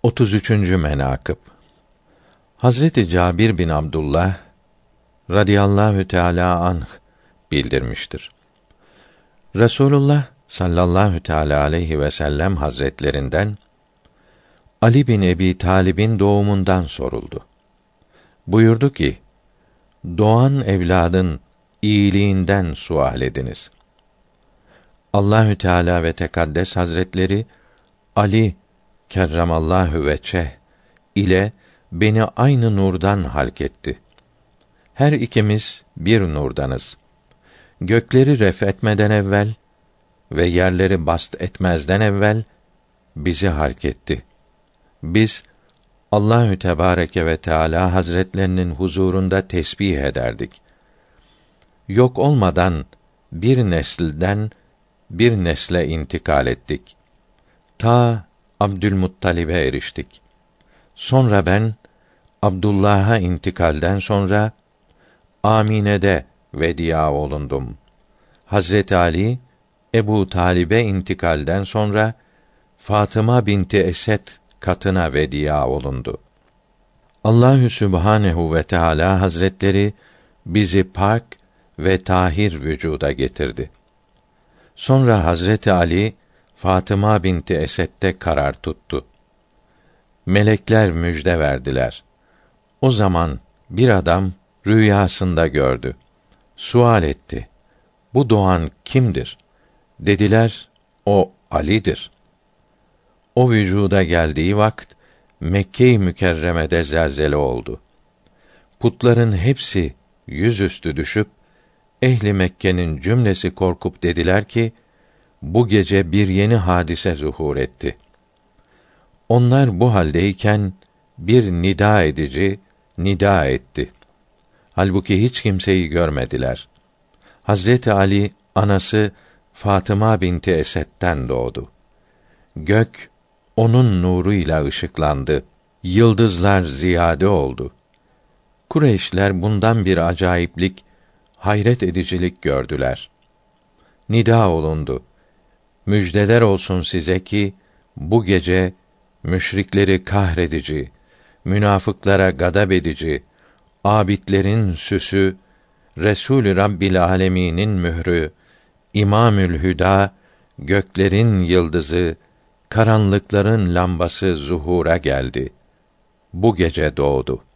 33. menakıb Hazreti Cabir bin Abdullah radıyallahu teâlâ anh bildirmiştir. Resulullah sallallahu teâlâ aleyhi ve sellem hazretlerinden Ali bin Ebi Talib'in doğumundan soruldu. Buyurdu ki: Doğan evladın iyiliğinden sual ediniz. Allahü Teala ve Tekaddes Hazretleri Ali kerramallahu veçeh ile beni aynı nurdan halk etti. Her ikimiz bir nurdanız. Gökleri ref etmeden evvel ve yerleri bast etmezden evvel bizi halk etti. Biz Allahü Tebareke ve Teala Hazretlerinin huzurunda tesbih ederdik. Yok olmadan bir nesilden bir nesle intikal ettik. Ta Abdülmuttalib'e eriştik. Sonra ben Abdullah'a intikalden sonra Amine'de vedia olundum. Hazreti Ali Ebu Talib'e intikalden sonra Fatıma binti Esed katına vedia olundu. Allahü Sübhanehu ve Teala Hazretleri bizi pak ve tahir vücuda getirdi. Sonra Hazreti Ali Fatıma binti Esed'de karar tuttu. Melekler müjde verdiler. O zaman bir adam rüyasında gördü. Sual etti: Bu doğan kimdir? Dediler: O Ali'dir. O vücuda geldiği vakit Mekke-i Mükerreme'de zelzele oldu. Putların hepsi yüzüstü düşüp ehli Mekke'nin cümlesi korkup dediler ki: Bu gece bir yeni hadise zuhur etti. Onlar bu haldeyken bir nida edici nida etti. Halbuki hiç kimseyi görmediler. Hazreti Ali anası Fatıma binti Esed'den doğdu. Gök onun nuruyla ışıklandı. Yıldızlar ziyade oldu. Kureyşler bundan bir acayiplik, hayret edicilik gördüler. Nida olundu: Müjdeler olsun size ki bu gece müşrikleri kahredici, münafıklara gadab edici, âbidlerin süsü, Resul-i Rabbil Âlemîn'in mührü, İmamül Hüdâ, göklerin yıldızı, karanlıkların lambası zuhura geldi. Bu gece doğdu.